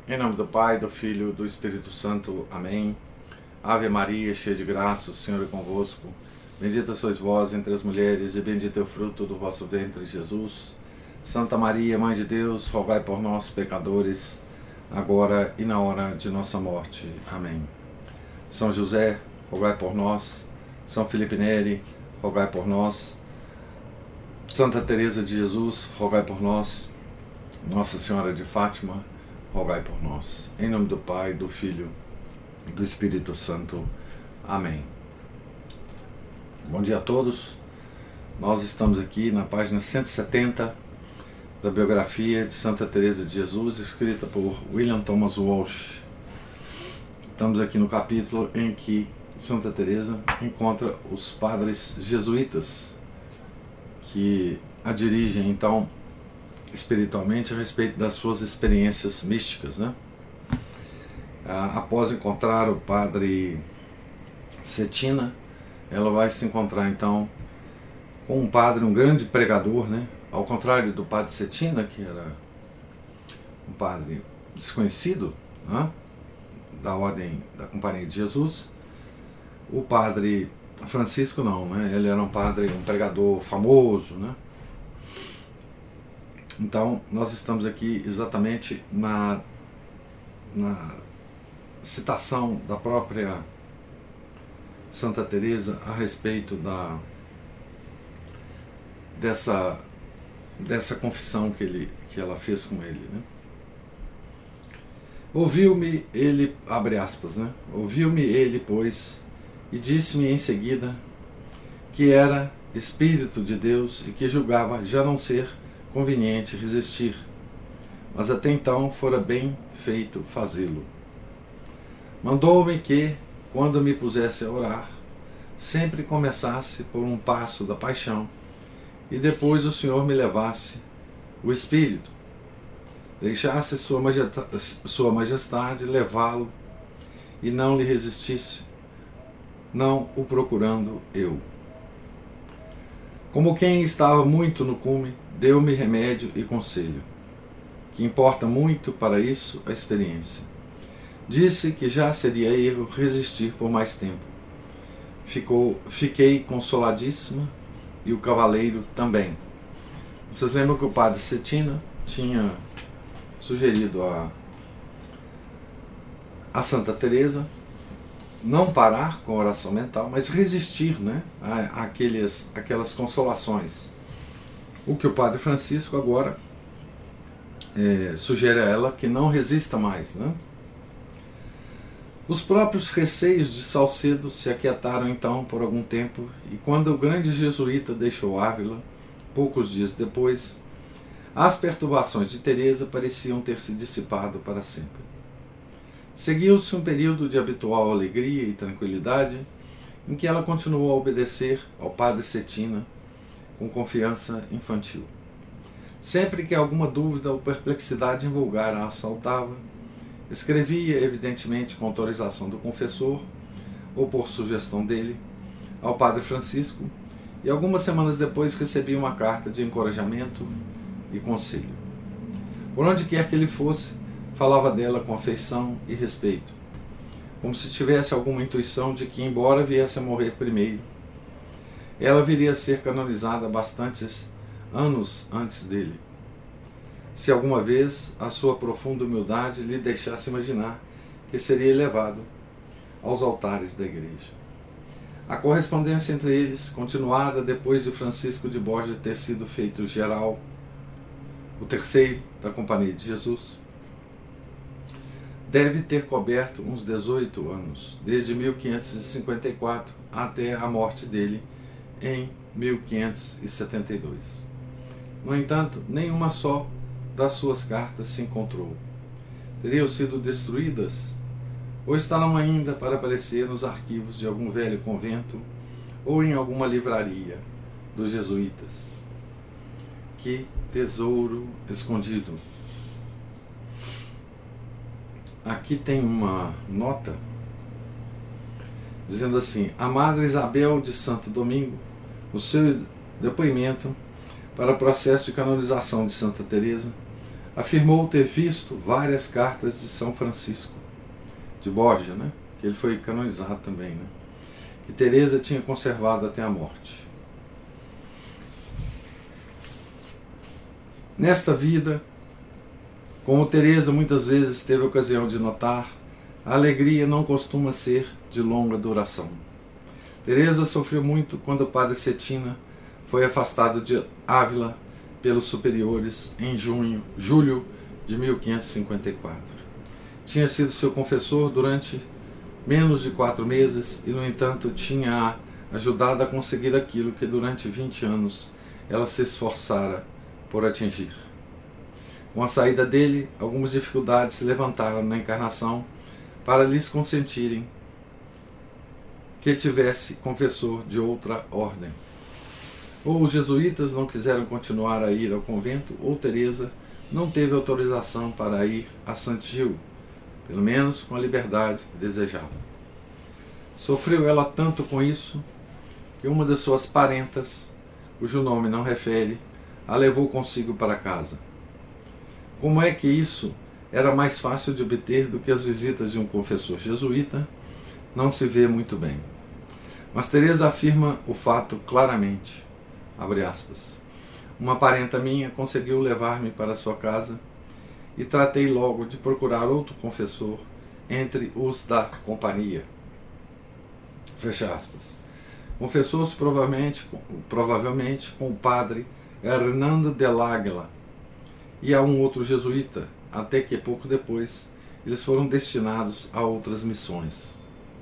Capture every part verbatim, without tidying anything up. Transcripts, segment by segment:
Em nome do Pai, do Filho e do Espírito Santo. Amém. Ave Maria, cheia de graça, o Senhor é convosco. Bendita sois vós entre as mulheres, e bendito é o fruto do vosso ventre, Jesus. Santa Maria, Mãe de Deus, rogai por nós, pecadores, agora e na hora de nossa morte. Amém. São José, rogai por nós. São Felipe Neri, rogai por nós. Santa Teresa de Jesus, rogai por nós. Nossa Senhora de Fátima, rogai por nós. Em nome do Pai, do Filho e do Espírito Santo. Amém. Bom dia a todos. Nós estamos aqui na página cento e setenta da biografia de Santa Teresa de Jesus, escrita por William Thomas Walsh. Estamos aqui no capítulo em que Santa Teresa encontra os padres jesuítas que a dirigem, então, espiritualmente a respeito das suas experiências místicas, né? Após encontrar o padre Cetina, ela vai se encontrar então com um padre, um grande pregador, né? Ao contrário do padre Cetina, que era um padre desconhecido, né? Da ordem da Companhia de Jesus, o padre Francisco não, né? Ele era um padre, um pregador famoso, né? Então, nós estamos aqui exatamente na, na citação da própria Santa Teresa a respeito da, dessa, dessa confissão que, ele, que ela fez com ele, né? Ouviu-me ele, abre aspas, né? Ouviu-me ele, pois, e disse-me em seguida que era Espírito de Deus e que julgava já não ser conveniente resistir, mas até então fora bem feito fazê-lo. Mandou-me que, quando me pusesse a orar, sempre começasse por um passo da paixão e depois o Senhor me levasse o Espírito, deixasse Sua Majestade, sua majestade levá-lo e não lhe resistisse, não o procurando eu. Como quem estava muito no cume, deu-me remédio e conselho, que importa muito para isso a experiência. Disse que já seria erro resistir por mais tempo. Ficou, fiquei consoladíssima e o cavaleiro também. Vocês lembram que o padre Cetina tinha sugerido a, a Santa Teresa não parar com a oração mental, mas resistir, né, a, a aqueles, aquelas consolações. O que o padre Francisco agora é, sugere a ela que não resista mais, né? Os próprios receios de Salcedo se aquietaram então por algum tempo, e quando o grande jesuíta deixou Ávila, poucos dias depois, as perturbações de Teresa pareciam ter se dissipado para sempre. Seguiu-se um período de habitual alegria e tranquilidade, em que ela continuou a obedecer ao padre Cetina com confiança infantil. Sempre que alguma dúvida ou perplexidade invulgar a assaltava, escrevia, evidentemente com autorização do confessor, ou por sugestão dele, ao padre Francisco, e algumas semanas depois recebia uma carta de encorajamento e conselho. Por onde quer que ele fosse, falava dela com afeição e respeito, como se tivesse alguma intuição de que, embora viesse a morrer primeiro, ela viria a ser canonizada bastantes anos antes dele, se alguma vez a sua profunda humildade lhe deixasse imaginar que seria elevado aos altares da igreja. A correspondência entre eles, continuada depois de Francisco de Borja ter sido feito geral, o terceiro da Companhia de Jesus, deve ter coberto uns dezoito anos, desde mil quinhentos e cinquenta e quatro até a morte dele em mil quinhentos e setenta e dois. No entanto, nenhuma só das suas cartas se encontrou. Teriam sido destruídas ou estarão ainda para aparecer nos arquivos de algum velho convento ou em alguma livraria dos jesuítas. Que tesouro escondido! Aqui tem uma nota dizendo assim: a Madre Isabel de Santo Domingo, o seu depoimento para o processo de canonização de Santa Teresa, afirmou ter visto várias cartas de São Francisco de Borja, né? Que ele foi canonizado também, né? Que Teresa tinha conservado até a morte. Nesta vida, como Teresa muitas vezes teve ocasião de notar, a alegria não costuma ser de longa duração. Teresa sofreu muito quando o padre Cetina foi afastado de Ávila pelos superiores em junho, julho de mil quinhentos e cinquenta e quatro. Tinha sido seu confessor durante menos de quatro meses e, no entanto, tinha ajudado a conseguir aquilo que durante vinte anos ela se esforçara por atingir. Com a saída dele, algumas dificuldades se levantaram na encarnação para lhes consentirem que tivesse confessor de outra ordem. Ou os jesuítas não quiseram continuar a ir ao convento, ou Teresa não teve autorização para ir a Saint-Gilles, pelo menos com a liberdade que desejava. Sofreu ela tanto com isso que uma de suas parentas, cujo nome não refere, a levou consigo para casa. Como é que isso era mais fácil de obter do que as visitas de um confessor jesuíta, não se vê muito bem. Mas Teresa afirma o fato claramente. Abre aspas. Uma parenta minha conseguiu levar-me para sua casa e tratei logo de procurar outro confessor entre os da companhia. Fecha aspas. Confessou-se provavelmente, provavelmente com o padre Hernando de l'Águila e a um outro jesuíta, até que pouco depois eles foram destinados a outras missões.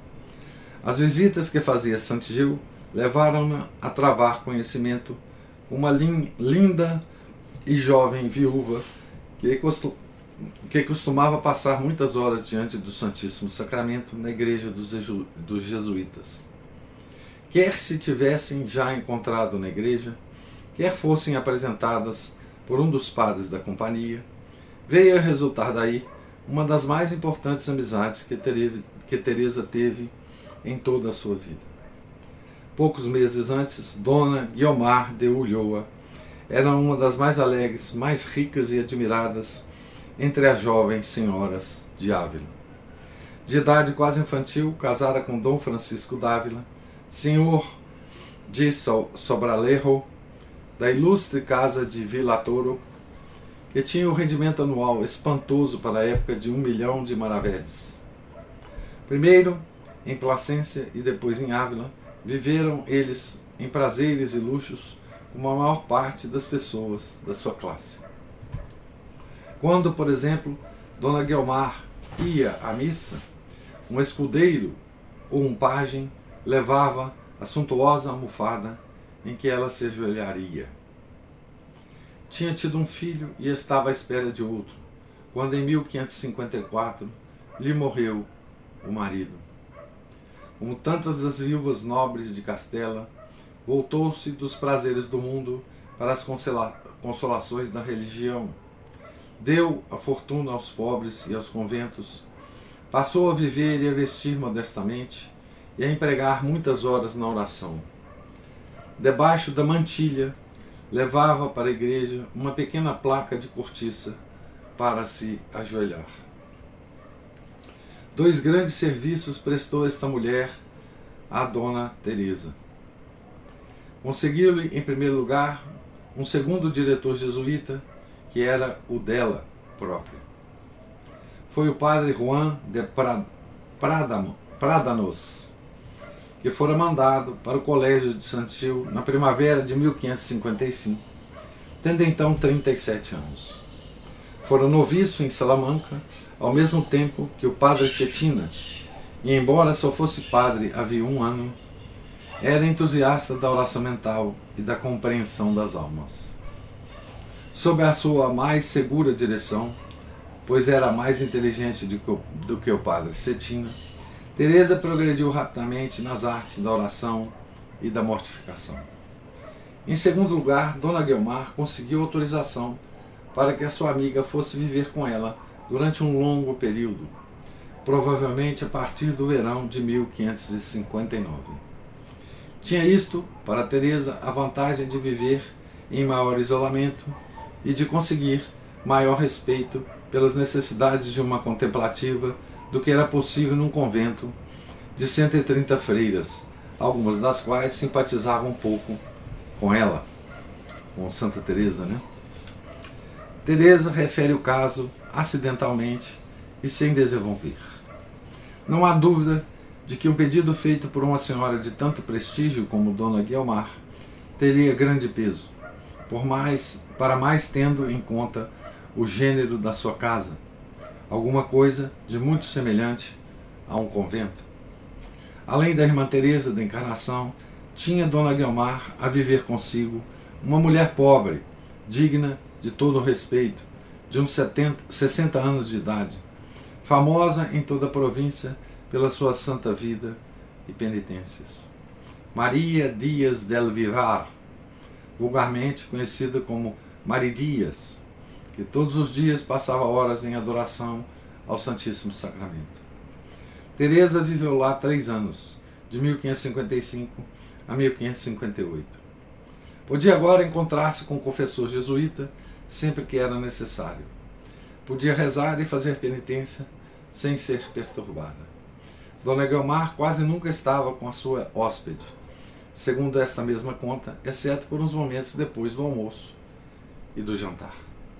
As visitas que fazia a Saint-Gilles levaram-na a travar conhecimento com uma linda e jovem viúva que, costum, que costumava passar muitas horas diante do Santíssimo Sacramento na igreja dos, dos jesuítas. Quer se tivessem já encontrado na igreja, quer fossem apresentadas por um dos padres da companhia, veio a resultar daí uma das mais importantes amizades que, teve, que Teresa teve em toda a sua vida. Poucos meses antes, Dona Guiomar de Ulloa era uma das mais alegres, mais ricas e admiradas entre as jovens senhoras de Ávila. De idade quase infantil, casara com Dom Francisco d'Ávila, senhor de Sobralejo, da ilustre casa de Vilatoro, que tinha um rendimento anual espantoso para a época de um milhão de maravedis. Primeiro em Placência e depois em Ávila, viveram eles em prazeres e luxos como a maior parte das pessoas da sua classe. Quando, por exemplo, Dona Guiomar ia à missa, um escudeiro ou um pajem levava a suntuosa almofada em que ela se ajoelharia. Tinha tido um filho e estava à espera de outro, quando em mil quinhentos e cinquenta e quatro lhe morreu o marido. Como tantas das viúvas nobres de Castela, voltou-se dos prazeres do mundo para as consola- consolações da religião. Deu a fortuna aos pobres e aos conventos, passou a viver e a vestir modestamente e a empregar muitas horas na oração. Debaixo da mantilha, levava para a igreja uma pequena placa de cortiça para se ajoelhar. Dois grandes serviços prestou esta mulher à Dona Teresa. Conseguiu-lhe, em primeiro lugar, um segundo diretor jesuíta, que era o dela própria. Foi o padre Juan de Prádanos, que fora mandado para o colégio de Saint-Gilles na primavera de mil quinhentos e cinquenta e cinco, tendo então trinta e sete anos. Fora noviço em Salamanca, ao mesmo tempo que o padre Cetina, e embora só fosse padre havia um ano, era entusiasta da oração mental e da compreensão das almas. Sob a sua mais segura direção, pois era mais inteligente do que o padre Cetina, Teresa progrediu rapidamente nas artes da oração e da mortificação. Em segundo lugar, Dona Guiomar conseguiu autorização para que a sua amiga fosse viver com ela durante um longo período, provavelmente a partir do verão de mil quinhentos e cinquenta e nove. Tinha isto, para Teresa, a vantagem de viver em maior isolamento e de conseguir maior respeito pelas necessidades de uma contemplativa do que era possível num convento de cento e trinta freiras, algumas das quais simpatizavam um pouco com ela, com Santa Teresa, né? Teresa refere o caso acidentalmente e sem desenvolver. Não há dúvida de que um pedido feito por uma senhora de tanto prestígio como Dona Guiomar teria grande peso, por mais, para mais tendo em conta o gênero da sua casa, alguma coisa de muito semelhante a um convento. Além da irmã Teresa da Encarnação, tinha Dona Guiomar a viver consigo uma mulher pobre, digna de todo o respeito, de uns setenta, sessenta anos de idade, famosa em toda a província pela sua santa vida e penitências. Maria Dias del Vivar, vulgarmente conhecida como Maridias, que todos os dias passava horas em adoração ao Santíssimo Sacramento. Teresa viveu lá três anos, de mil quinhentos e cinquenta e cinco a mil quinhentos e cinquenta e oito. Podia agora encontrar-se com o confessor jesuíta sempre que era necessário. Podia rezar e fazer penitência sem ser perturbada. Dona Guiomar quase nunca estava com a sua hóspede, segundo esta mesma conta, exceto por uns momentos depois do almoço e do jantar.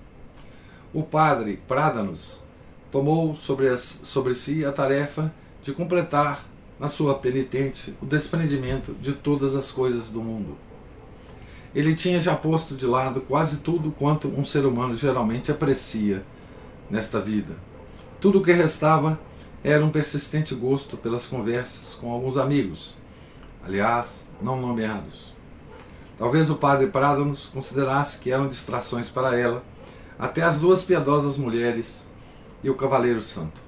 O padre Prádanos tomou sobre, as, sobre si a tarefa de completar na sua penitente o desprendimento de todas as coisas do mundo. Ele tinha já posto de lado quase tudo quanto um ser humano geralmente aprecia nesta vida. Tudo o que restava era um persistente gosto pelas conversas com alguns amigos, aliás, não nomeados. Talvez o padre Prádanos considerasse que eram distrações para ela, até as duas piedosas mulheres e o cavaleiro santo.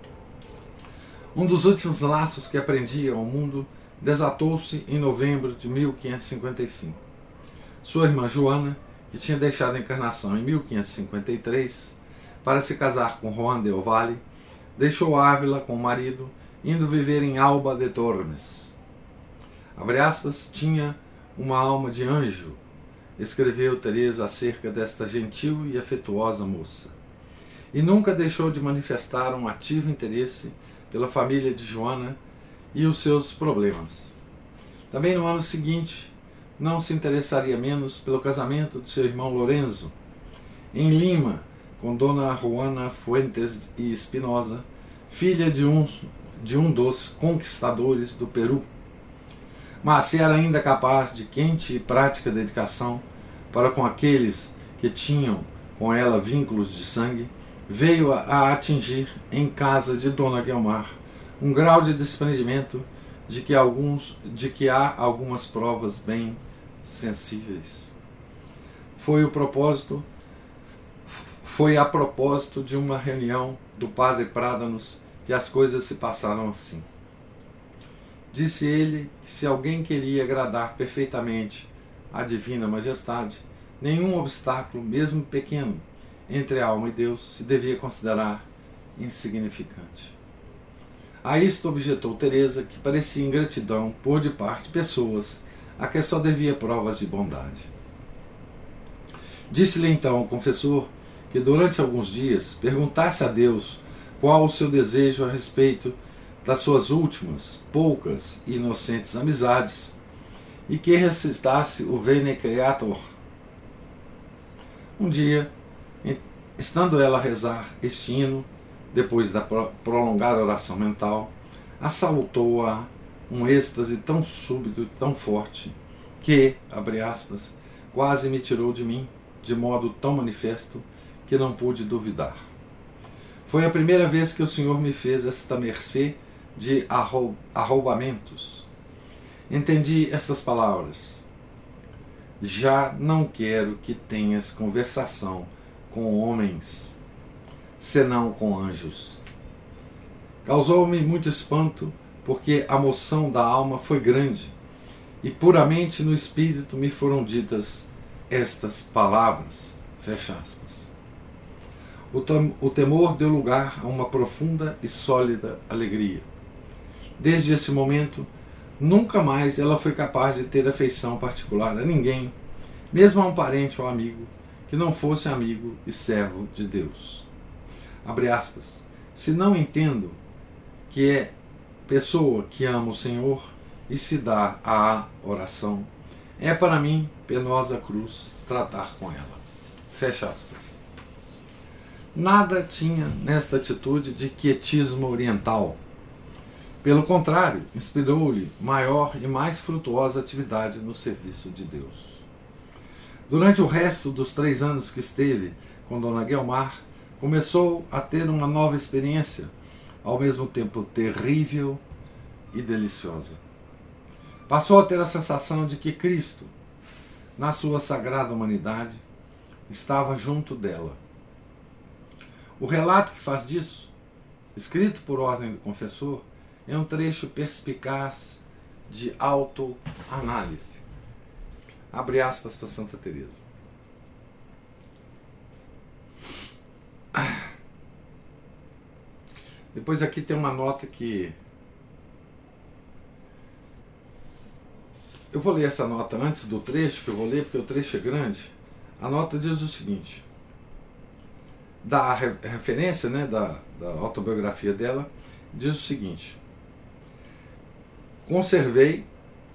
Um dos últimos laços que aprendia ao mundo desatou-se em novembro de mil quinhentos e cinquenta e cinco. Sua irmã Joana, que tinha deixado a Encarnação em mil quinhentos e cinquenta e três para se casar com Juan de Ovalle, deixou Ávila com o marido, indo viver em Alba de Tormes. Abre aspas, tinha uma alma de anjo, escreveu Teresa acerca desta gentil e afetuosa moça, e nunca deixou de manifestar um ativo interesse pela família de Joana e os seus problemas. Também no ano seguinte, não se interessaria menos pelo casamento de seu irmão Lorenzo, em Lima, com Dona Juana Fuentes e Espinosa, filha de um, de um dos conquistadores do Peru. Mas se era ainda capaz de quente e prática dedicação para com aqueles que tinham com ela vínculos de sangue, veio a atingir em casa de Dona Guiomar um grau de desprendimento de que, alguns, de que há algumas provas bem sensíveis. Foi o propósito, foi a propósito de uma reunião do padre Prádanos que as coisas se passaram assim. Disse ele que se alguém queria agradar perfeitamente à Divina Majestade, nenhum obstáculo, mesmo pequeno, entre a alma e Deus se devia considerar insignificante. A isto objetou Teresa, que parecia ingratidão pôr de parte pessoas a que só devia provas de bondade. Disse-lhe então o confessor que durante alguns dias perguntasse a Deus qual o seu desejo a respeito das suas últimas, poucas e inocentes amizades, e que recitasse o Veni Creator. Um dia, estando ela a rezar este hino, depois da prolongada oração mental, assaltou-a um êxtase tão súbito e tão forte que, abre aspas, quase me tirou de mim, de modo tão manifesto que não pude duvidar. Foi a primeira vez que o Senhor me fez esta mercê de arroubamentos. Entendi estas palavras. Já não quero que tenhas conversação com homens, senão com anjos. Causou-me muito espanto, porque a moção da alma foi grande, e puramente no espírito me foram ditas estas palavras. Fecha aspas. O temor deu lugar a uma profunda e sólida alegria. Desde esse momento, nunca mais ela foi capaz de ter afeição particular a ninguém, mesmo a um parente ou amigo, que não fosse amigo e servo de Deus. Abre aspas. Se não entendo que é pessoa que ama o Senhor e se dá à oração, é para mim penosa cruz tratar com ela. Fecha aspas. Nada tinha nesta atitude de quietismo oriental. Pelo contrário, inspirou-lhe maior e mais frutuosa atividade no serviço de Deus. Durante o resto dos três anos que esteve com Dona Guiomar, começou a ter uma nova experiência, ao mesmo tempo terrível e deliciosa. Passou a ter a sensação de que Cristo, na sua sagrada humanidade, estava junto dela. O relato que faz disso, escrito por ordem do confessor, é um trecho perspicaz de autoanálise. Abre aspas para Santa Teresa. Depois aqui tem uma nota que... Eu vou ler essa nota antes do trecho, que eu vou ler porque o trecho é grande. A nota diz o seguinte. Da referência, né, da, da autobiografia dela, diz o seguinte. Conservei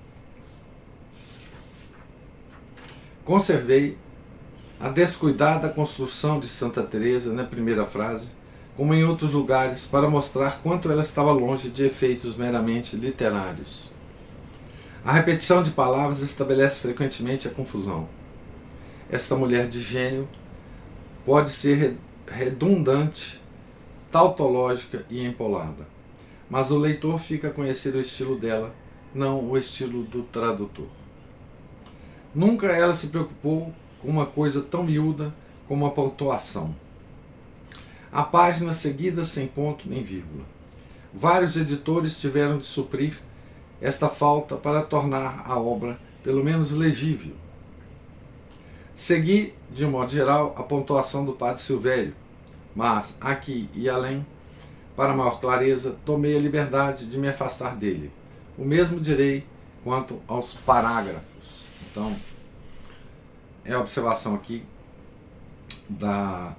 Conservei a descuidada construção de Santa Teresa na primeira frase, como em outros lugares, para mostrar quanto ela estava longe de efeitos meramente literários. A repetição de palavras estabelece frequentemente a confusão. Esta mulher de gênio pode ser redundante, tautológica e empolada, mas o leitor fica a conhecer o estilo dela, não o estilo do tradutor. Nunca ela se preocupou com uma coisa tão miúda como a pontuação. Há páginas seguidas sem ponto nem vírgula. Vários editores tiveram de suprir esta falta para tornar a obra pelo menos legível. Segui, de um modo geral, a pontuação do padre Silvério, mas, aqui e além, para maior clareza, tomei a liberdade de me afastar dele. O mesmo direi quanto aos parágrafos. Então, é a observação aqui da,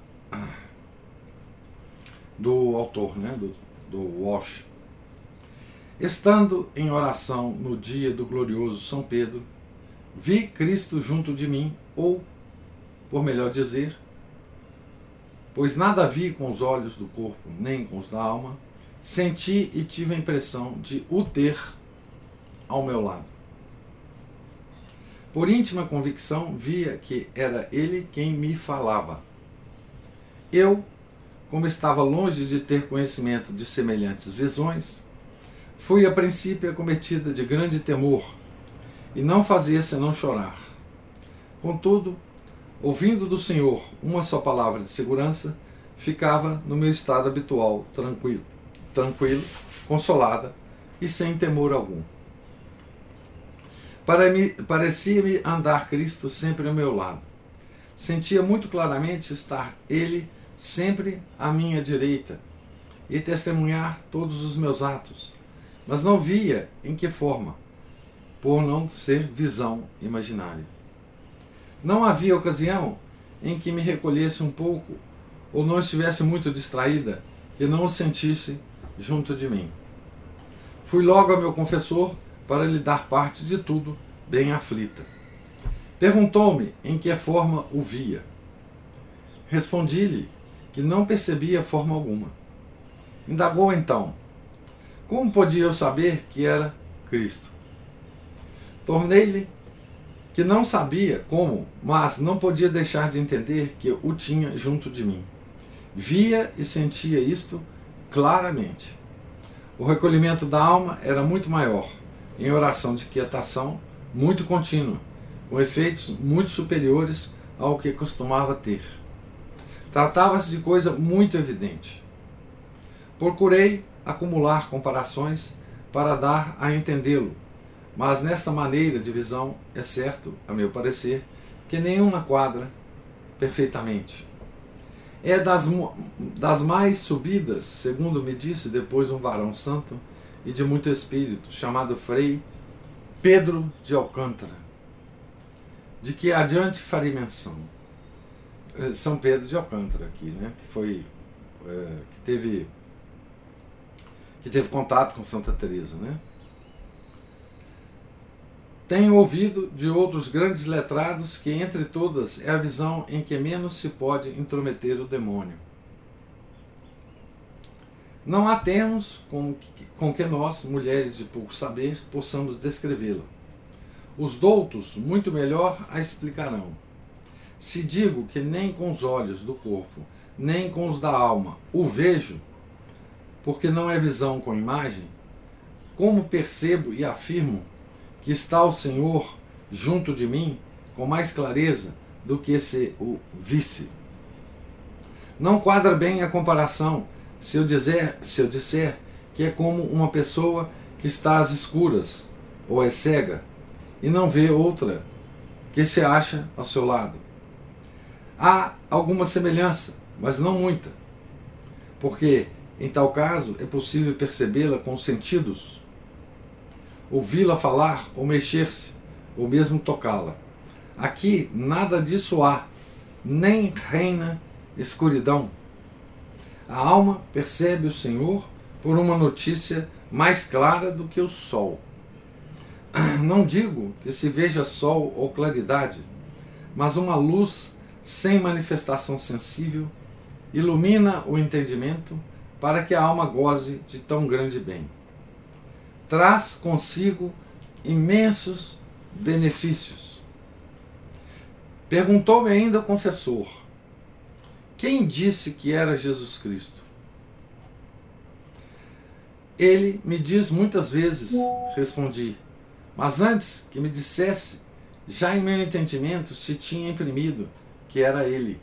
do autor, né, do, do Walsh. Estando em oração no dia do glorioso São Pedro, vi Cristo junto de mim, ou, por melhor dizer, pois nada vi com os olhos do corpo, nem com os da alma, senti e tive a impressão de o ter ao meu lado. Por íntima convicção, via que era ele quem me falava. Eu, como estava longe de ter conhecimento de semelhantes visões, fui a princípio acometida de grande temor, e não fazia senão chorar. Contudo, ouvindo do Senhor uma só palavra de segurança, ficava no meu estado habitual, tranquilo, tranquilo, consolada e sem temor algum. Parecia-me andar Cristo sempre ao meu lado. Sentia muito claramente estar Ele sempre à minha direita e testemunhar todos os meus atos, mas não via em que forma, por não ser visão imaginária. Não havia ocasião em que me recolhesse um pouco ou não estivesse muito distraída e não o sentisse junto de mim. Fui logo ao meu confessor para lhe dar parte de tudo, bem aflita. Perguntou-me em que forma o via. Respondi-lhe que não percebia forma alguma. Indagou então, como podia eu saber que era Cristo? Tornei-lhe que não sabia como, mas não podia deixar de entender que o tinha junto de mim. Via e sentia isto claramente. O recolhimento da alma era muito maior, em oração de quietação muito contínua, com efeitos muito superiores ao que costumava ter. Tratava-se de coisa muito evidente. Procurei acumular comparações para dar a entendê-lo, mas nesta maneira de visão é certo, a meu parecer, que nenhuma quadra perfeitamente. É das, das mais subidas, segundo me disse depois um varão santo e de muito espírito, chamado Frei Pedro de Alcântara, de que adiante farei menção. São Pedro de Alcântara aqui, né? Que foi é, que teve que teve contato com Santa Teresa, né? Tenho ouvido de outros grandes letrados que entre todas é a visão em que menos se pode intrometer o demônio. Não há termos com que, com que nós, mulheres de pouco saber, possamos descrevê-la. Os doutos muito melhor a explicarão. Se digo que nem com os olhos do corpo, nem com os da alma o vejo, porque não é visão com imagem, como percebo e afirmo que está o Senhor junto de mim com mais clareza do que se o visse? Não quadra bem a comparação se eu dizer, se eu disser que é como uma pessoa que está às escuras ou é cega e não vê outra que se acha ao seu lado. Há alguma semelhança, mas não muita, porque em tal caso é possível percebê-la com os sentidos, ouvi-la falar ou mexer-se, ou mesmo tocá-la. Aqui nada disso há, nem reina escuridão. A alma percebe o Senhor por uma notícia mais clara do que o sol. Não digo que se veja sol ou claridade, mas uma luz sem manifestação sensível ilumina o entendimento para que a alma goze de tão grande bem. Traz consigo imensos benefícios. Perguntou-me ainda o confessor: quem disse que era Jesus Cristo? Ele me diz muitas vezes, respondi, mas antes que me dissesse, já em meu entendimento se tinha imprimido que era ele.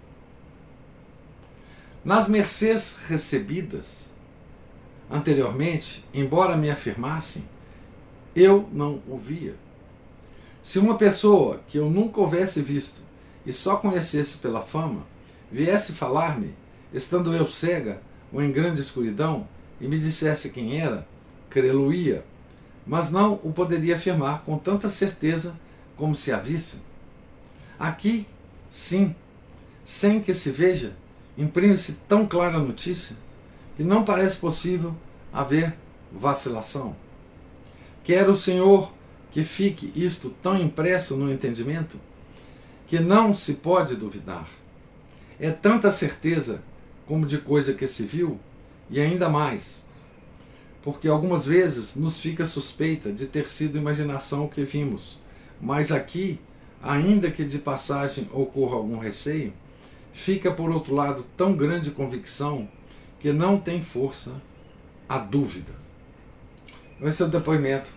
Nas mercês recebidas anteriormente, embora me afirmassem, eu não o via. Se uma pessoa que eu nunca houvesse visto e só conhecesse pela fama, viesse falar-me, estando eu cega ou em grande escuridão, e me dissesse quem era, crê-lo-ia, mas não o poderia afirmar com tanta certeza como se a visse. Aqui, sim, sem que se veja, imprime-se tão clara a notícia que não parece possível haver vacilação. Quer o Senhor que fique isto tão impresso no entendimento que não se pode duvidar. É tanta certeza como de coisa que se viu, e ainda mais, porque algumas vezes nos fica suspeita de ter sido imaginação o que vimos, mas aqui, ainda que de passagem ocorra algum receio, fica por outro lado tão grande convicção que não tem força a dúvida. Esse é o depoimento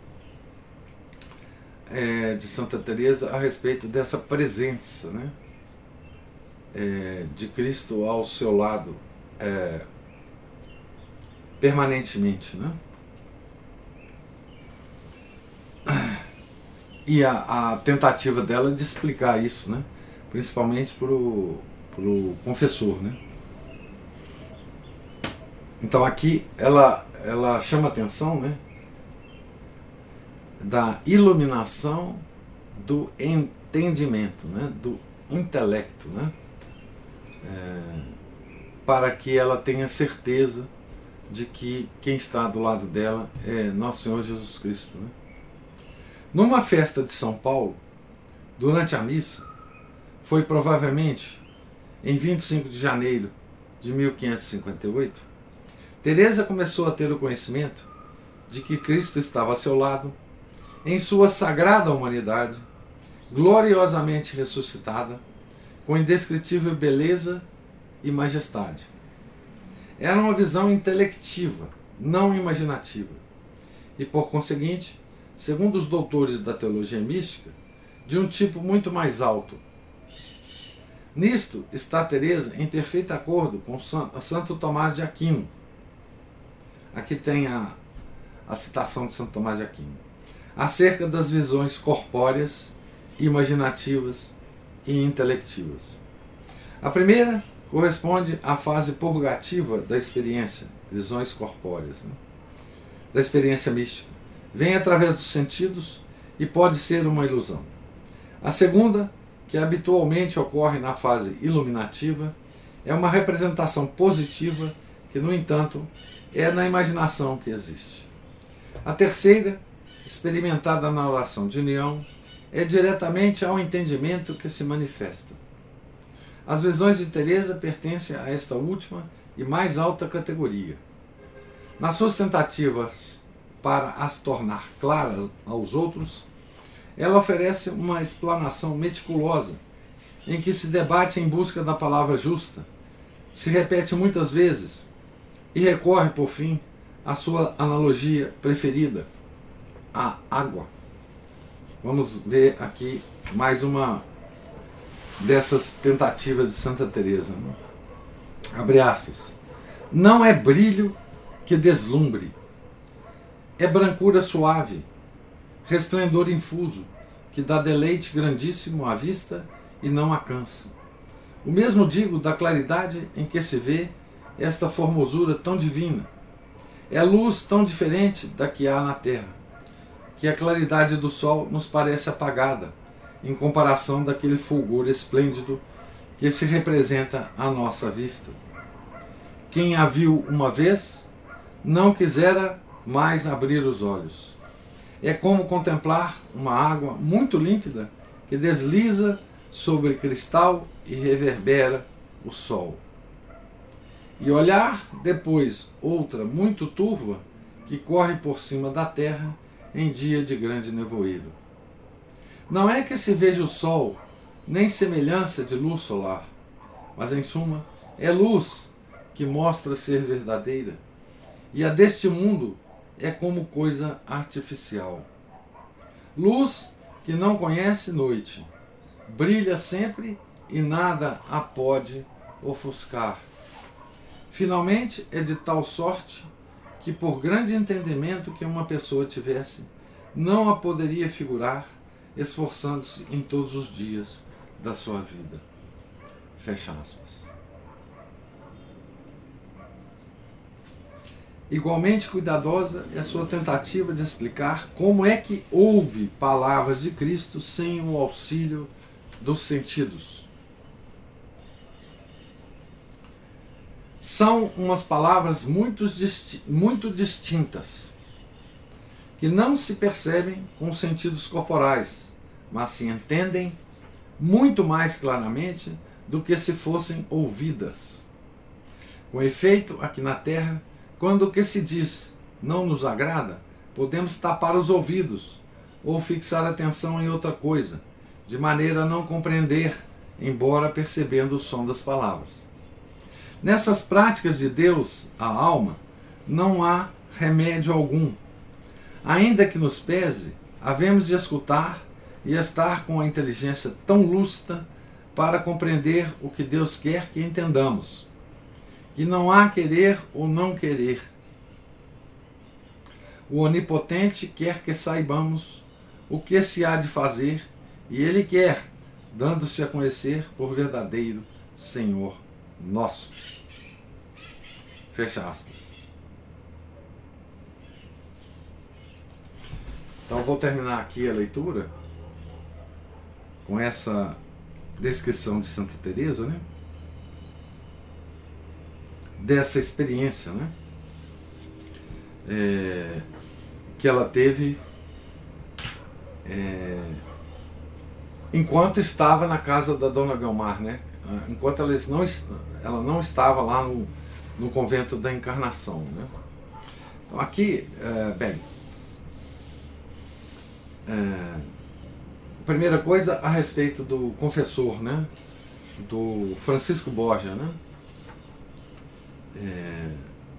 é, de Santa Teresa a respeito dessa presença, né, é, de Cristo ao seu lado é, permanentemente, né? E a, a tentativa dela de explicar isso, né, principalmente para o confessor, né? Então aqui ela, ela chama a atenção, né, da iluminação do entendimento, né, do intelecto, né, é, para que ela tenha certeza de que quem está do lado dela é Nosso Senhor Jesus Cristo, né? Numa festa de São Paulo, durante a missa, foi provavelmente em vinte e cinco de janeiro de mil quinhentos e cinquenta e oito, Teresa começou a ter o conhecimento de que Cristo estava a seu lado, em sua sagrada humanidade, gloriosamente ressuscitada, com indescritível beleza e majestade. Era uma visão intelectiva, não imaginativa, e por conseguinte, segundo os doutores da teologia mística, de um tipo muito mais alto. Nisto está Teresa em perfeito acordo com Santo Tomás de Aquino. Aqui tem a, a citação de Santo Tomás de Aquino, acerca das visões corpóreas, imaginativas e intelectivas. A primeira corresponde à fase purgativa da experiência, visões corpóreas, né, da experiência mística. Vem através dos sentidos e pode ser uma ilusão. A segunda que habitualmente ocorre na fase iluminativa, é uma representação positiva que, no entanto, é na imaginação que existe. A terceira, experimentada na oração de união, é diretamente ao entendimento que se manifesta. As visões de Teresa pertencem a esta última e mais alta categoria. Nas suas tentativas para as tornar claras aos outros, ela oferece uma explanação meticulosa, em que se debate em busca da palavra justa, se repete muitas vezes e recorre, por fim, à sua analogia preferida, a água. Vamos ver aqui mais uma dessas tentativas de Santa Teresa. Abre aspas. Não é brilho que deslumbre, é brancura suave, resplendor infuso, que dá deleite grandíssimo à vista e não a cansa. O mesmo digo da claridade em que se vê esta formosura tão divina. É luz tão diferente da que há na terra, que a claridade do sol nos parece apagada, em comparação daquele fulgor esplêndido que se representa à nossa vista. Quem a viu uma vez, não quisera mais abrir os olhos. É como contemplar uma água muito límpida que desliza sobre cristal e reverbera o sol. E olhar depois outra muito turva que corre por cima da terra em dia de grande nevoeiro. Não é que se veja o sol, nem semelhança de luz solar, mas em suma, é luz que mostra ser verdadeira, e a deste mundo é como coisa artificial. Luz que não conhece noite, brilha sempre e nada a pode ofuscar. Finalmente, é de tal sorte que, por grande entendimento que uma pessoa tivesse, não a poderia figurar, esforçando-se em todos os dias da sua vida. Fecha aspas. Igualmente cuidadosa é a sua tentativa de explicar como é que houve palavras de Cristo sem o auxílio dos sentidos. São umas palavras muito, disti- muito distintas, que não se percebem com os sentidos corporais, mas se entendem muito mais claramente do que se fossem ouvidas. Com efeito, aqui na Terra, quando o que se diz não nos agrada, podemos tapar os ouvidos ou fixar atenção em outra coisa, de maneira a não compreender, embora percebendo o som das palavras. Nessas práticas de Deus à alma, não há remédio algum. Ainda que nos pese, havemos de escutar e estar com a inteligência tão lúcida para compreender o que Deus quer que entendamos, que não há querer ou não querer. O Onipotente quer que saibamos o que se há de fazer, e Ele quer, dando-se a conhecer por verdadeiro Senhor nosso. Fecha aspas. Então vou terminar aqui a leitura com essa descrição de Santa Teresa, né? Dessa experiência, né? É, que ela teve é, enquanto estava na casa da Dona Guiomar, né? Enquanto ela não, ela não estava lá no, no convento da Encarnação, né? Então aqui, é, bem, é, primeira coisa a respeito do confessor, né? Do Francisco Borgia, né? É,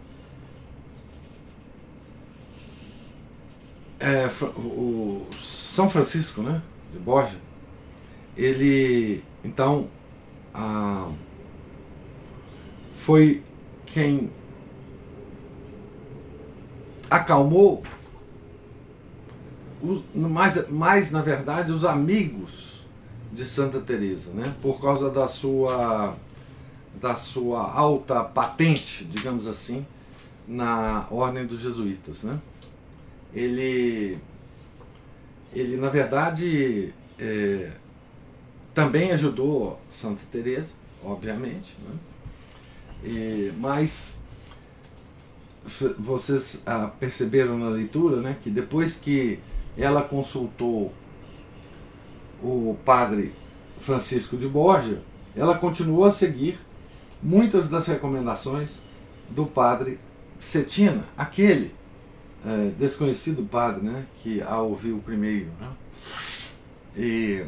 é, o São Francisco, né, de Borgia, ele então ah, foi quem acalmou os, mais, mais na verdade os amigos de Santa Teresa, né, por causa da sua da sua alta patente, digamos assim, na ordem dos jesuítas, né? Ele, ele na verdade, é, também ajudou Santa Teresa, obviamente, né? E, mas vocês ah, perceberam na leitura, né, que depois que ela consultou o padre Francisco de Borja, ela continuou a seguir muitas das recomendações do padre Cetina, aquele é, desconhecido padre, né, que a ouviu primeiro, né, e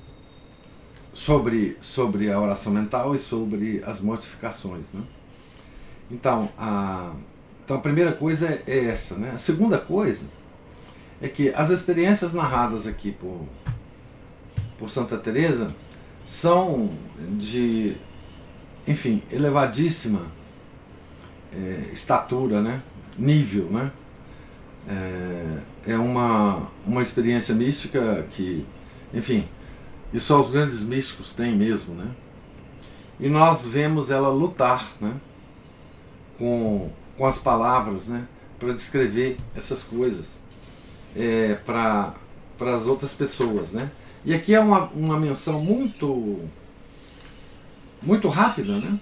sobre, sobre a oração mental e sobre as mortificações, né. Então, a, então a primeira coisa é, é essa, né. A segunda coisa é que as experiências narradas aqui por, por Santa Teresa são de, enfim, elevadíssima é, estatura, né, nível, né. É, é uma, uma experiência mística que, enfim, e só os grandes místicos têm mesmo, né. E nós vemos ela lutar, né, com, com as palavras, né, para descrever essas coisas é, para para as outras pessoas, né. E aqui é uma, uma menção muito muito rápida, né,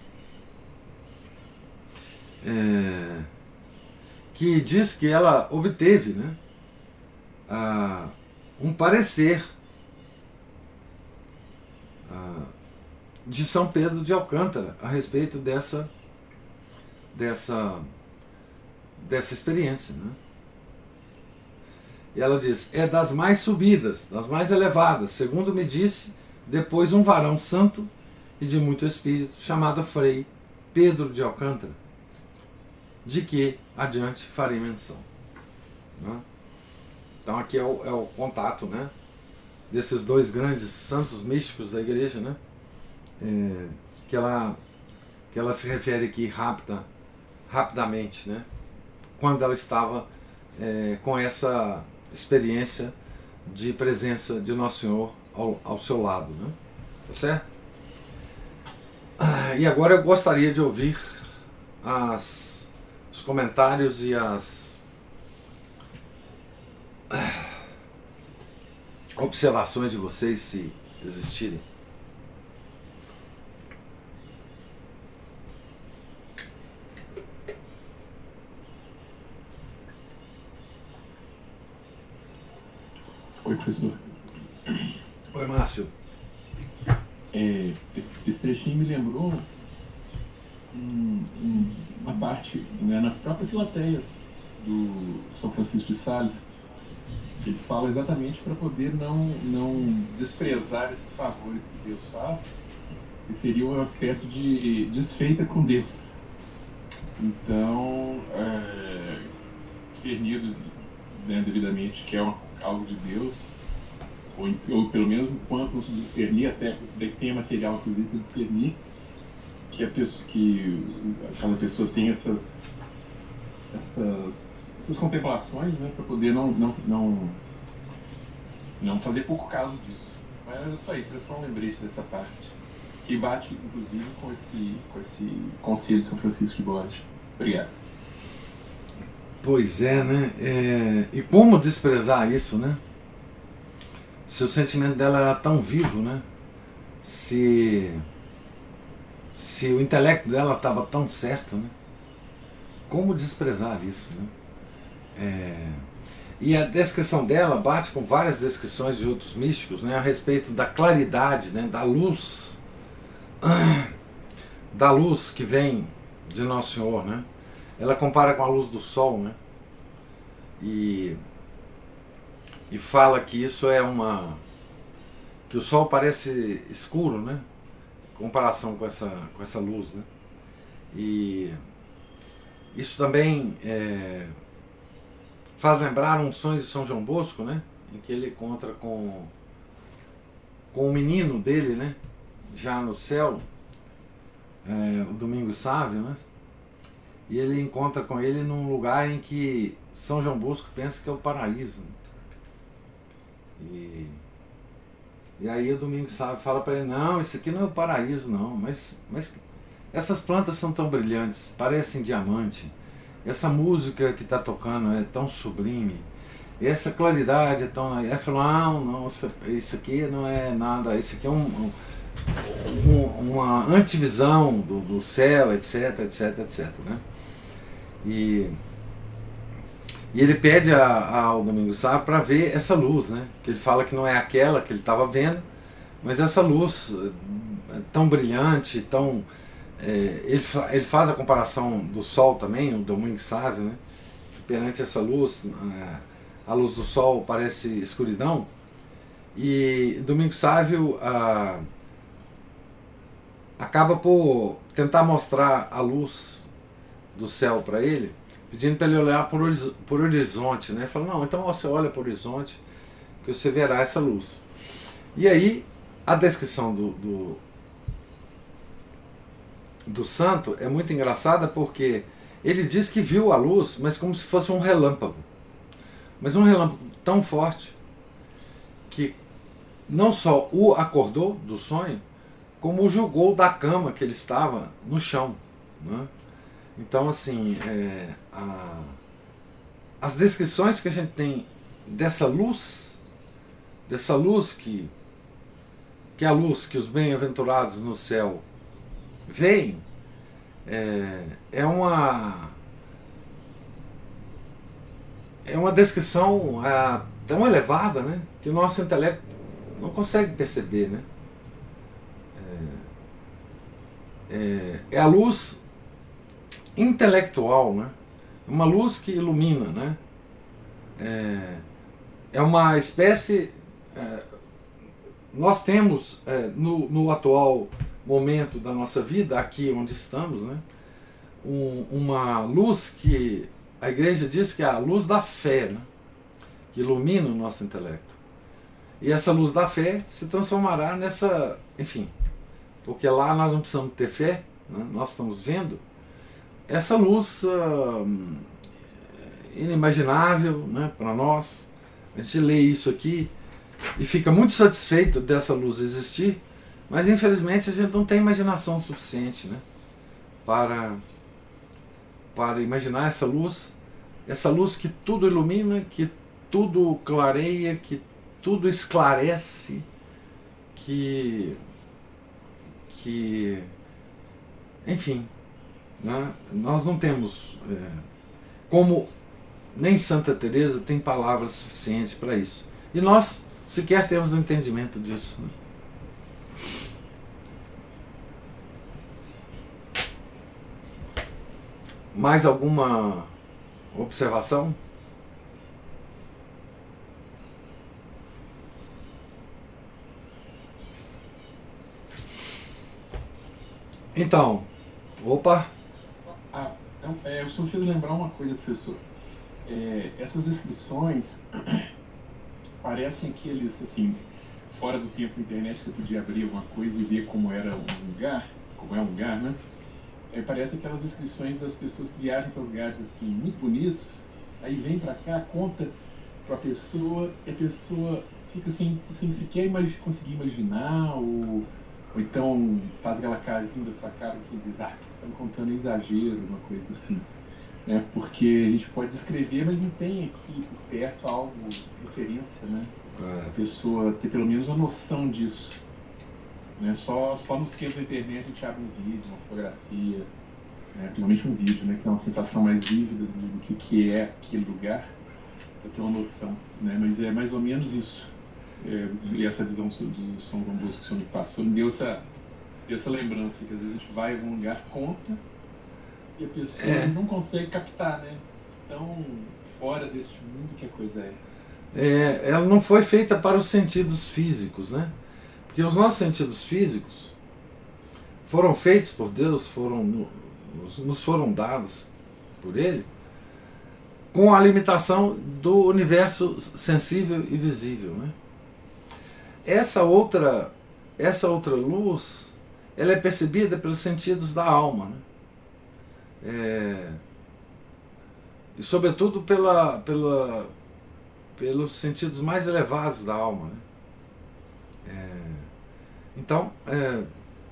é, que diz que ela obteve, né, a, um parecer a, de São Pedro de Alcântara a respeito dessa dessa dessa experiência, né? E ela diz: é das mais subidas, das mais elevadas, segundo me disse depois um varão santo e de muito espírito, chamado Frei Pedro de Alcântara, de que adiante farei menção, né? Então aqui é o, é o contato, né, desses dois grandes santos místicos da igreja, né, é, que, ela, que ela se refere aqui rapida, rapidamente, né, quando ela estava é, com essa experiência de presença de Nosso Senhor ao, ao seu lado, né? Tá certo? Ah, e agora eu gostaria de ouvir as, os comentários e as ah, observações de vocês, se existirem. Oi, professor. Oi, Márcio. É, esse, esse trechinho me lembrou um, um, uma parte, né, na própria Filateia do São Francisco de Sales. Ele fala exatamente para poder não, não desprezar esses favores que Deus faz, que seria uma espécie de desfeita com Deus. Então, é, discernido, né, devidamente que é uma, algo de Deus, ou, ou pelo menos enquanto não se discernir, até que tenha material para discernir, que, a pessoa, que aquela pessoa tem essas, essas, essas contemplações, né, para poder não, não, não, não fazer pouco caso disso. Mas era só isso, era só um lembrete dessa parte, que bate inclusive com esse, com esse conselho de São Francisco de Borja. Obrigado. Pois é, né? É, e como desprezar isso, né? Se o sentimento dela era tão vivo, né? Se, se o intelecto dela estava tão certo, né? Como desprezar isso, né? É, e a descrição dela bate com várias descrições de outros místicos, né? A respeito da claridade, né? Da luz, da luz que vem de Nosso Senhor, né? Ela compara com a luz do sol, né? E, e fala que isso é uma... que o sol parece escuro, né? Em comparação com essa, com essa luz, né? E isso também é, faz lembrar um sonho de São João Bosco, né? Em que ele encontra com, com o menino dele, né? Já no céu, é, o Domingos Sávio, né? E ele encontra com ele num lugar em que São João Bosco pensa que é o paraíso. E, e aí o Domingos Sávio fala para ele: não, isso aqui não é o paraíso não, mas, mas essas plantas são tão brilhantes, parecem diamante, essa música que está tocando é tão sublime, E essa claridade, então, aí falou, ah, não, isso, isso aqui não é nada, isso aqui é um, um, uma antivisão do, do céu, etc, etc, etc, né? E, e ele pede a, ao Domingos Sávio para ver essa luz, né? Que ele fala que não é aquela que ele estava vendo, mas essa luz tão brilhante, tão... É, ele, ele faz a comparação do sol também, o Domingos Sávio, né? Perante essa luz, é, a luz do sol parece escuridão, e Domingos Sávio ah, acaba por tentar mostrar a luz do céu para ele, pedindo para ele olhar por, por horizonte, né? Fala, não, então você olha por horizonte que você verá essa luz. E aí a descrição do, do, do santo é muito engraçada, porque ele diz que viu a luz, mas como se fosse um relâmpago. Mas um relâmpago tão forte que não só o acordou do sonho, como o jogou da cama que ele estava no chão, né? Então, assim, é, a, as descrições que a gente tem dessa luz, dessa luz que, que é a luz que os bem-aventurados no céu veem, é, é uma é uma descrição é, tão elevada, né, que o nosso intelecto não consegue perceber, né? É, é, é a luz intelectual, né? Uma luz que ilumina, né? É, é uma espécie... É, nós temos é, no, no atual momento da nossa vida, aqui onde estamos, né? Um, uma luz que a igreja diz que é a luz da fé, né? Que ilumina o nosso intelecto. E essa luz da fé se transformará nessa... Enfim, porque lá nós não precisamos ter fé, né? Nós estamos vendo essa luz uh, inimaginável, né, para nós. A gente lê isso aqui e fica muito satisfeito dessa luz existir, mas infelizmente a gente não tem imaginação suficiente, né, para, para imaginar essa luz, essa luz que tudo ilumina, que tudo clareia, que tudo esclarece, que, que enfim, né? Nós não temos, é, como nem Santa Teresa tem palavras suficientes para isso. E nós sequer temos um entendimento disso, né? Mais alguma observação? Então, opa! Ah, então, é, eu só me fez lembrar uma coisa, professor. É, essas inscrições parecem que eles, assim, fora do tempo da internet, você podia abrir alguma coisa e ver como era um lugar, como é um lugar, né? É, parece aquelas inscrições das pessoas que viajam para lugares, assim, muito bonitos, aí vem para cá, conta para a pessoa, e a pessoa fica assim, sem sequer imag- conseguir imaginar, ou, ou então faz aquela cara da sua cara que diz, ah, você está me contando exagero, uma coisa assim. Né? Porque a gente pode descrever, mas não tem aqui por perto algo, referência, né? É. A pessoa ter pelo menos uma noção disso. Né? Só, só nos tempos da internet a gente abre um vídeo, uma fotografia, né? Principalmente um vídeo, né? Que dá uma sensação mais vívida do, do que, que é aquele lugar, para ter uma noção. Né? Mas é mais ou menos isso. É, e essa visão do São João Bosco que o senhor me passou me deu essa, deu essa lembrança, que às vezes a gente vai a algum lugar, conta, e a pessoa é. não consegue captar, né? Tão fora deste mundo que a coisa é. É, ela não foi feita para os sentidos físicos, né? Porque os nossos sentidos físicos foram feitos por Deus, foram, nos foram dados por Ele, com a limitação do universo sensível e visível, né? Essa outra, essa outra luz, ela é percebida pelos sentidos da alma, né? É, e sobretudo pela, pela, pelos sentidos mais elevados da alma, né? É, então, é,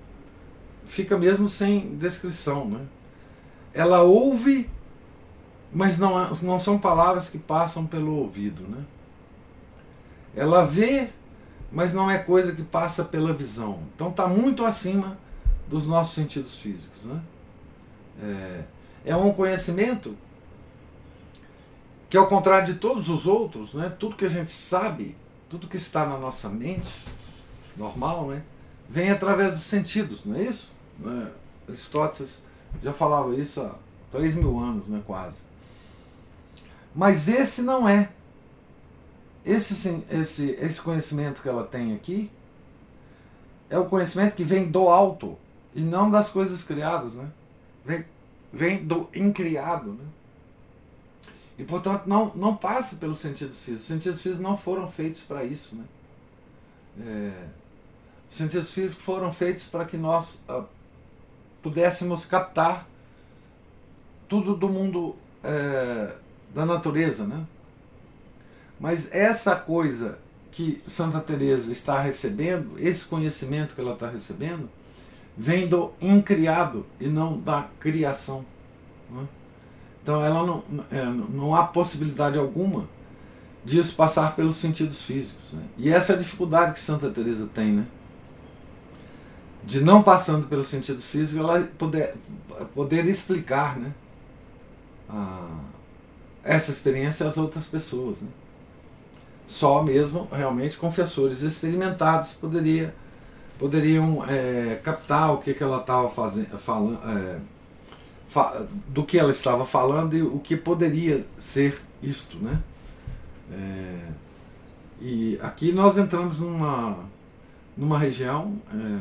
fica mesmo sem descrição, né? Ela ouve, mas não, não são palavras que passam pelo ouvido, né? Ela vê, mas não é coisa que passa pela visão. Então está muito acima dos nossos sentidos físicos, né? É, é um conhecimento que, ao contrário de todos os outros, né, tudo que a gente sabe, tudo que está na nossa mente, normal, né, vem através dos sentidos, não é isso? Né? Aristóteles já falava isso há três mil anos, né, quase. Mas esse não é. Esse, esse, esse conhecimento que ela tem aqui é o conhecimento que vem do alto e não das coisas criadas, né? Vem, vem do incriado, né? E, portanto, não, não passa pelos sentidos físicos. Os sentidos físicos não foram feitos para isso, né? É, os sentidos físicos foram feitos para que nós ah, pudéssemos captar tudo do mundo é, da natureza, né? Mas essa coisa que Santa Teresa está recebendo, esse conhecimento que ela está recebendo, vem do incriado e não da criação, né? Então ela não, é, não há possibilidade alguma disso passar pelos sentidos físicos, né? E essa é a dificuldade que Santa Teresa tem, né? De não passando pelos sentidos físicos, ela poder, poder explicar, né, a, essa experiência às outras pessoas, né? Só mesmo realmente confessores experimentados poderia, poderiam é, captar o que, que ela estava fazendo, falando, é, fa, do que ela estava falando e o que poderia ser isto, né? É, e aqui nós entramos numa, numa região é,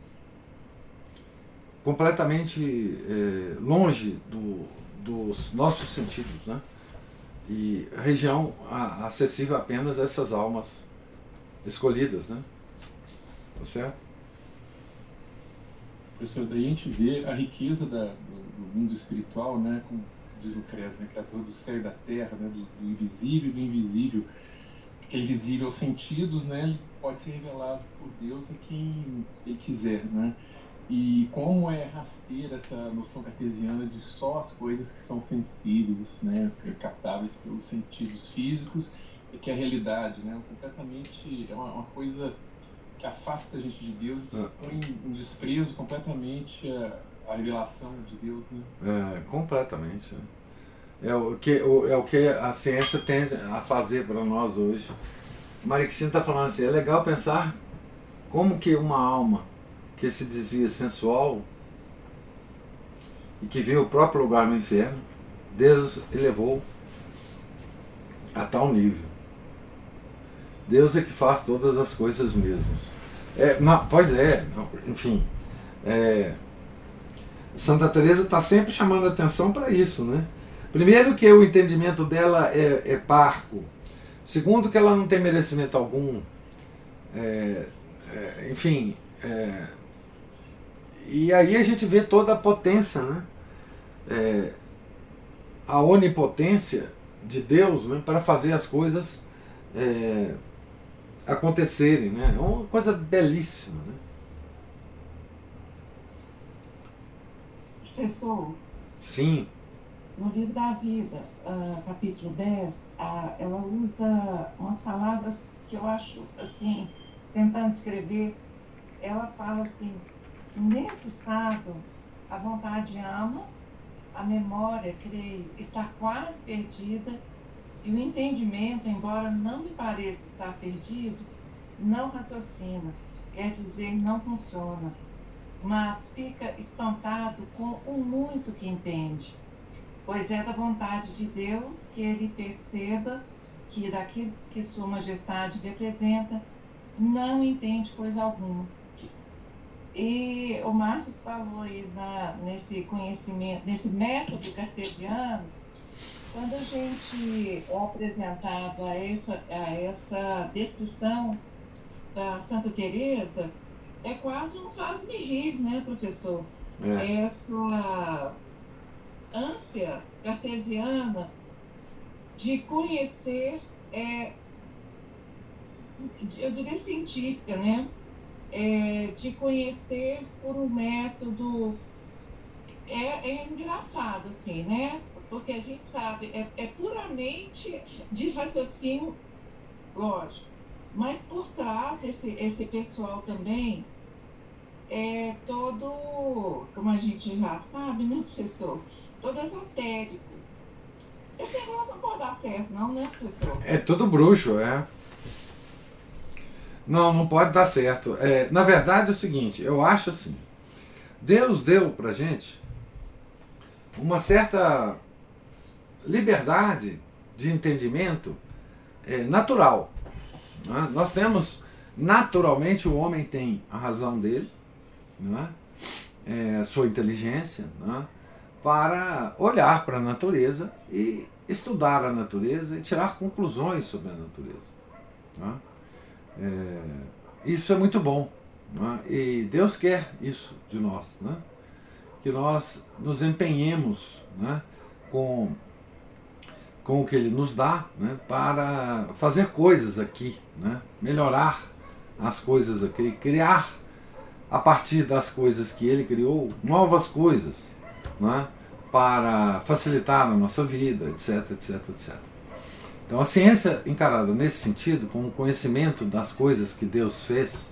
completamente é, longe do, dos nossos sentidos, né? E região acessível apenas a essas almas escolhidas, né? Tá certo? Professor, daí a gente vê a riqueza da, do, do mundo espiritual, né? Como diz o credo, né? Criador do céu e da terra, né? do, do invisível e do invisível. Que é invisível aos sentidos, né? Ele pode ser revelado por Deus a quem ele quiser, né? E como é rasteira essa noção cartesiana de só as coisas que são sensíveis, né, captáveis pelos sentidos físicos, e que a realidade, né, completamente é uma, uma coisa que afasta a gente de Deus e põe em desprezo completamente a, a revelação de Deus, né? É, completamente. É o que, é o que a ciência tem a fazer para nós hoje. Maria Cristina está falando assim, é legal pensar como que uma alma que se dizia sensual e que viu o próprio lugar no inferno, Deus elevou a tal nível. Deus é que faz todas as coisas mesmas. É, não, pois é, não, enfim. É, Santa Teresa está sempre chamando a atenção para isso, né? Primeiro que o entendimento dela é, é parco. Segundo que ela não tem merecimento algum. É, é, enfim... É, e aí a gente vê toda a potência, né? É, a onipotência de Deus, né, para fazer as coisas é, acontecerem, né? É uma coisa belíssima, né? Professor, sim, no livro da vida, uh, capítulo dez, uh, ela usa umas palavras que eu acho, assim, tentando descrever, ela fala assim: nesse estado, a vontade ama, a memória, creio, está quase perdida e o entendimento, embora não me pareça estar perdido, não raciocina, quer dizer, não funciona, mas fica espantado com o muito que entende, pois é da vontade de Deus que ele perceba que daquilo que Sua Majestade representa, não entende coisa alguma. E o Márcio falou aí na, nesse conhecimento, nesse método cartesiano, quando a gente é apresentado a essa, a essa descrição da Santa Teresa, é quase um faz-me rir, né, professor? é. Essa ânsia cartesiana de conhecer, é, eu diria científica, né? É, de conhecer por um método, é, é engraçado assim, né? porque a gente sabe, é, é puramente de raciocínio lógico, mas por trás, esse, esse pessoal também é todo, como a gente já sabe, né, professor? Todo esotérico. Esse negócio não pode dar certo, não, né, professor? É tudo bruxo, é. Não, não pode dar certo. É, na verdade é o seguinte, eu acho assim, Deus deu pra gente uma certa liberdade de entendimento é, natural. Né? Nós temos, naturalmente, o homem tem a razão dele, né? É, sua inteligência, né? Para olhar para a natureza e estudar a natureza e tirar conclusões sobre a natureza. Né? É, isso é muito bom. Né? E Deus quer isso de nós, né? Que nós nos empenhemos, né? com, com o que Ele nos dá, né? Para fazer coisas aqui, né? Melhorar as coisas aqui, criar a partir das coisas que Ele criou, novas coisas, né? Para facilitar a nossa vida, etc, etc, etcétera. Então a ciência encarada nesse sentido, com o conhecimento das coisas que Deus fez,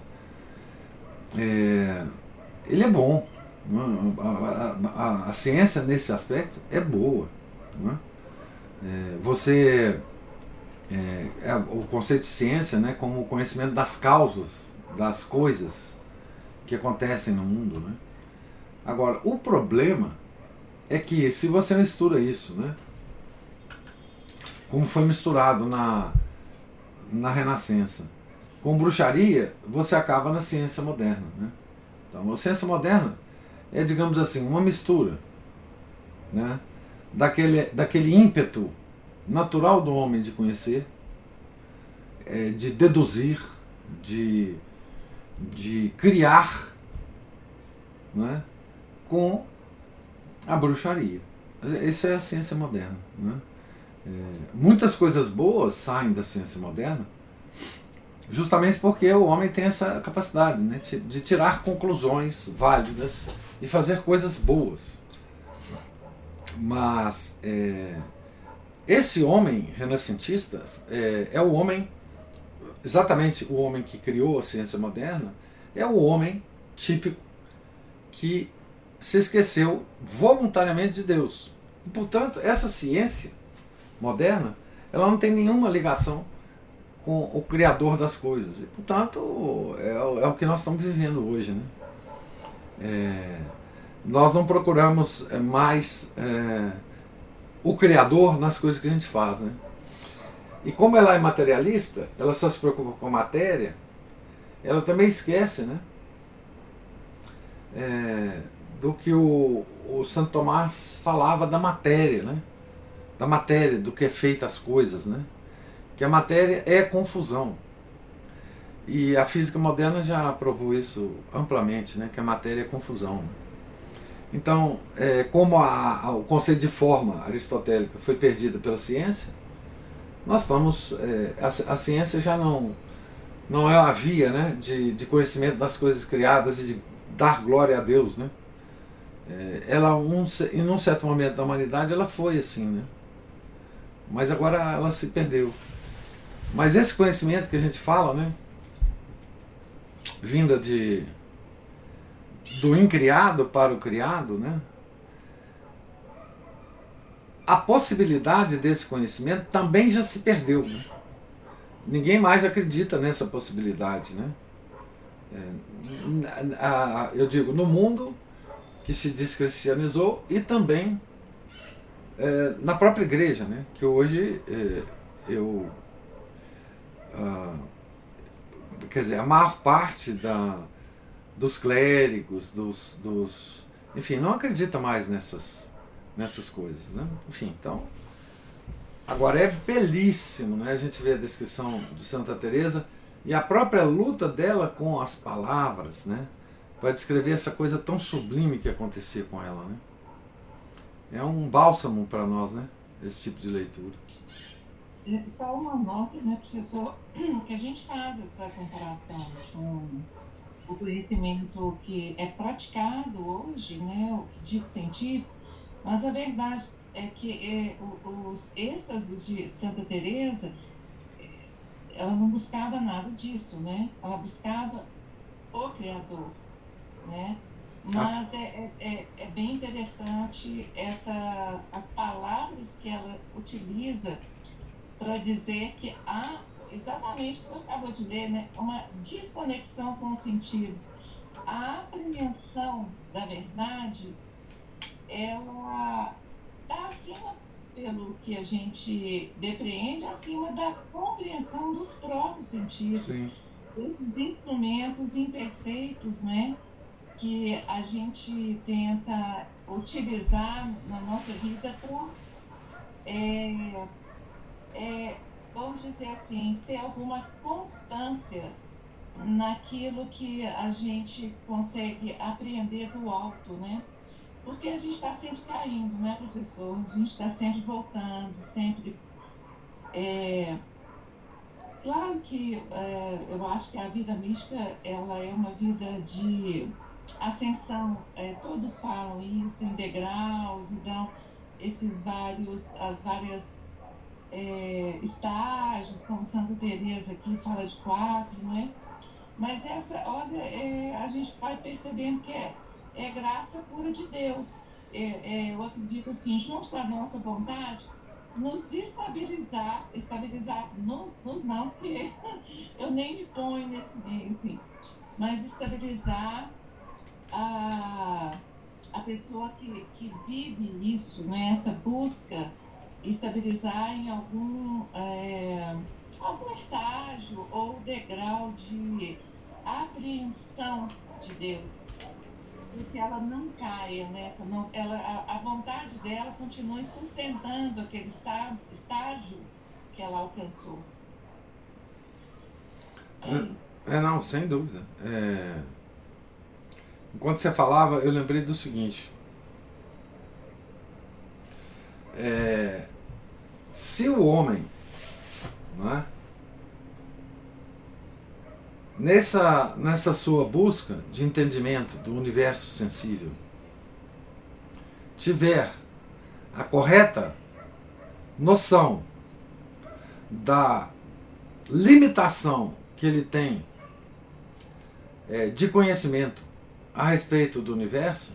é, ele é bom. A, a, a, a ciência nesse aspecto é boa. Né? É, você é, é, o conceito de ciência, né, como o conhecimento das causas das coisas que acontecem no mundo. Né? Agora, o problema é que se você mistura isso, né, como foi misturado na, na Renascença, com bruxaria, você acaba na ciência moderna. Né? Então, a ciência moderna é, digamos assim, uma mistura, né, daquele, daquele ímpeto natural do homem de conhecer, é, de deduzir, de, de criar, né, com a bruxaria. Isso é a ciência moderna. Né? É, muitas coisas boas saem da ciência moderna justamente porque o homem tem essa capacidade, né, de tirar conclusões válidas e fazer coisas boas. Mas é, esse homem renascentista é, é o homem, exatamente o homem que criou a ciência moderna, é o homem típico que se esqueceu voluntariamente de Deus. E, portanto, essa ciência moderna, ela não tem nenhuma ligação com o Criador das coisas. E, portanto, é, é o que nós estamos vivendo hoje. Né? É, nós não procuramos mais é, o Criador nas coisas que a gente faz. Né? E como ela é materialista, ela só se preocupa com a matéria, ela também esquece, né, é, do que o, o Santo Tomás falava da matéria, né? Da matéria, do que é feita as coisas, né? Que a matéria é confusão. E a física moderna já provou isso amplamente, né? Que a matéria é confusão. Então, é, como a, a, o conceito de forma aristotélica foi perdido pela ciência, nós estamos... É, a, a ciência já não, não é a via, né, de, de conhecimento das coisas criadas e de dar glória a Deus, né? É, ela, um, em um certo momento da humanidade, ela foi assim, né? Mas agora ela se perdeu. Mas esse conhecimento que a gente fala, né, vinda de do incriado para o criado, né, a possibilidade desse conhecimento também já se perdeu. Né? Ninguém mais acredita nessa possibilidade. Né? É, a, a, eu digo, no mundo que se descristianizou e também é, na própria igreja, né? Que hoje é, eu... Ah, quer dizer, a maior parte da, dos clérigos, dos, dos, enfim, não acredita mais nessas, nessas coisas, né? Enfim, então, agora é belíssimo, né? A gente vê a descrição de Santa Teresa e a própria luta dela com as palavras, né? Para descrever essa coisa tão sublime que acontecia com ela, né? É um bálsamo para nós, né? Esse tipo de leitura. Só uma nota, né, professor, que a gente faz essa comparação com o conhecimento que é praticado hoje, né, o dito científico, mas a verdade é que é, os êxtases de Santa Teresa, ela não buscava nada disso, né? Ela buscava o Criador, né? Mas é, é, é bem interessante essa, as palavras que ela utiliza para dizer que há exatamente o que o senhor acabou de ler, né? Uma desconexão com os sentidos. A apreensão da verdade, ela está acima, pelo que a gente depreende, acima da compreensão dos próprios sentidos. Sim. Esses instrumentos imperfeitos, né, que a gente tenta utilizar na nossa vida para, é, é, vamos dizer assim, ter alguma constância naquilo que a gente consegue aprender do alto, né? Porque a gente está sempre caindo, né, professor? A gente está sempre voltando, sempre... É... Claro que é, eu acho que a vida mística, ela é uma vida de ascensão. É, todos falam isso em degraus, então esses vários, as várias é, estágios, como Santa Teresa aqui fala de quatro, né? Mas essa, olha, é, a gente vai percebendo que é, é graça pura de Deus. É, é, eu acredito assim, junto com a nossa vontade, nos estabilizar, estabilizar, nos, nos não, porque eu nem me ponho nesse meio, assim, mas estabilizar a, a pessoa que, que vive isso, né, essa busca, estabilizar em algum, é, algum estágio ou degrau de apreensão de Deus, porque ela não caia, né? Não, ela, a, a vontade dela continue sustentando aquele está, estágio que ela alcançou. É, é não, sem dúvida. É... Enquanto você falava, eu lembrei do seguinte. É... Se o homem, não é? Nessa, nessa sua busca de entendimento do universo sensível, tiver a correta noção da limitação que ele tem é, de conhecimento a respeito do universo,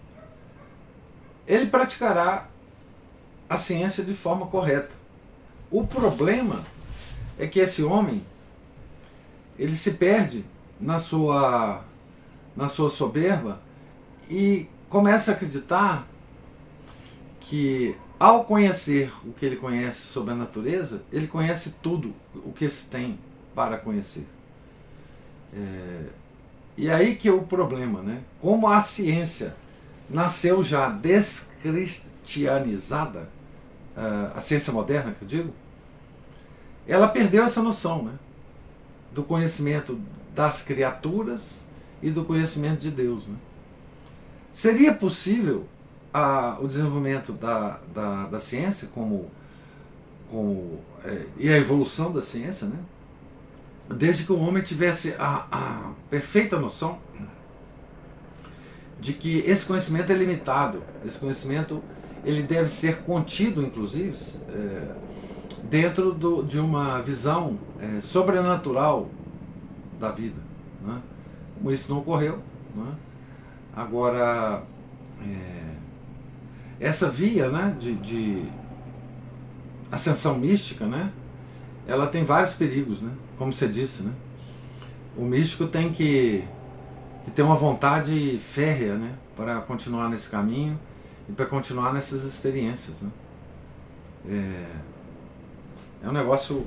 ele praticará a ciência de forma correta. O problema é que esse homem ele se perde na sua, na sua soberba e começa a acreditar que, ao conhecer o que ele conhece sobre a natureza, ele conhece tudo o que se tem para conhecer. É, e aí que é o problema, né? Como a ciência nasceu já descristianizada, a ciência moderna que eu digo, ela perdeu essa noção, né? Do conhecimento das criaturas e do conhecimento de Deus, né? Seria possível a, o desenvolvimento da, da, da ciência como, como, é, e a evolução da ciência, né? Desde que o homem tivesse a, a perfeita noção de que esse conhecimento é limitado, esse conhecimento ele deve ser contido, inclusive, é, dentro do, de uma visão é, sobrenatural da vida, né? Como isso não ocorreu, né? Agora, é, essa via, né, de, de ascensão mística, né, ela tem vários perigos, né? Como você disse, né? O místico tem que, que ter uma vontade férrea, né, para continuar nesse caminho e para continuar nessas experiências, né? É, É um negócio...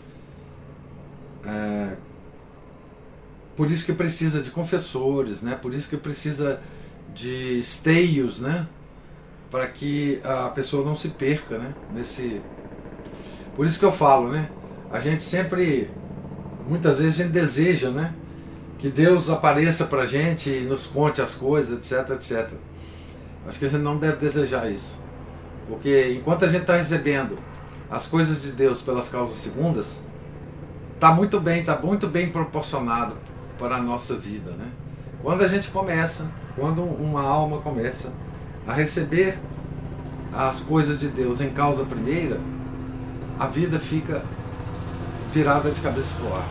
É, por isso que precisa de confessores, né? Por isso que precisa de esteios, né? Para que a pessoa não se perca, né? Nesse... Por isso que eu falo, né? A gente sempre... Muitas vezes a gente deseja, né? Que Deus apareça para a gente e nos conte as coisas, etc, etcétera. Acho que a gente não deve desejar isso. Porque enquanto a gente está recebendo as coisas de Deus pelas causas segundas, está muito bem, está muito bem proporcionado para a nossa vida, né? Quando a gente começa, quando uma alma começa a receber as coisas de Deus em causa primeira, a vida fica virada de cabeça para o ar.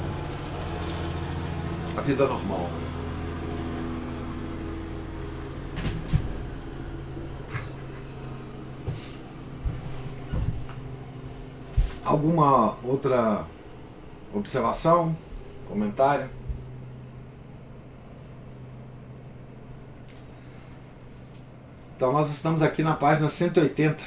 A vida normal. Alguma outra observação? Comentário? Então nós estamos aqui na página cento e oitenta.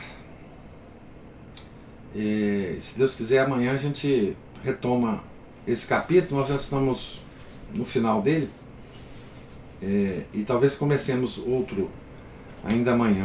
E, se Deus quiser, amanhã a gente retoma esse capítulo. Nós já estamos no final dele. É, e talvez comecemos outro ainda amanhã.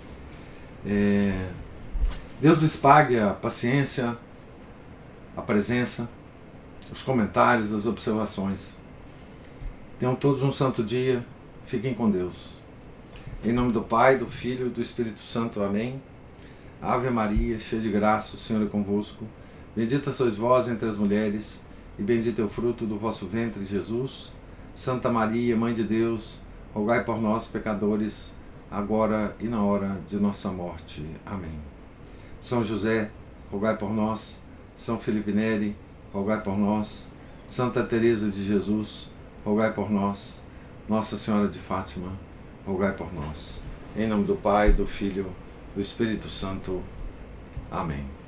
É, Deus lhes pague a paciência, a presença, os comentários, as observações. Tenham todos um santo dia. Fiquem com Deus. Em nome do Pai, do Filho e do Espírito Santo. Amém. Ave Maria, cheia de graça, o Senhor é convosco. Bendita sois vós entre as mulheres, e bendito é o fruto do vosso ventre, Jesus. Santa Maria, Mãe de Deus, rogai por nós, pecadores, agora e na hora de nossa morte. Amém. São José, rogai por nós. São Felipe Neri, rogai por nós. Santa Teresa de Jesus, rogai por nós. Nossa Senhora de Fátima, rogai por nós. Em nome do Pai, do Filho, do Espírito Santo. Amém.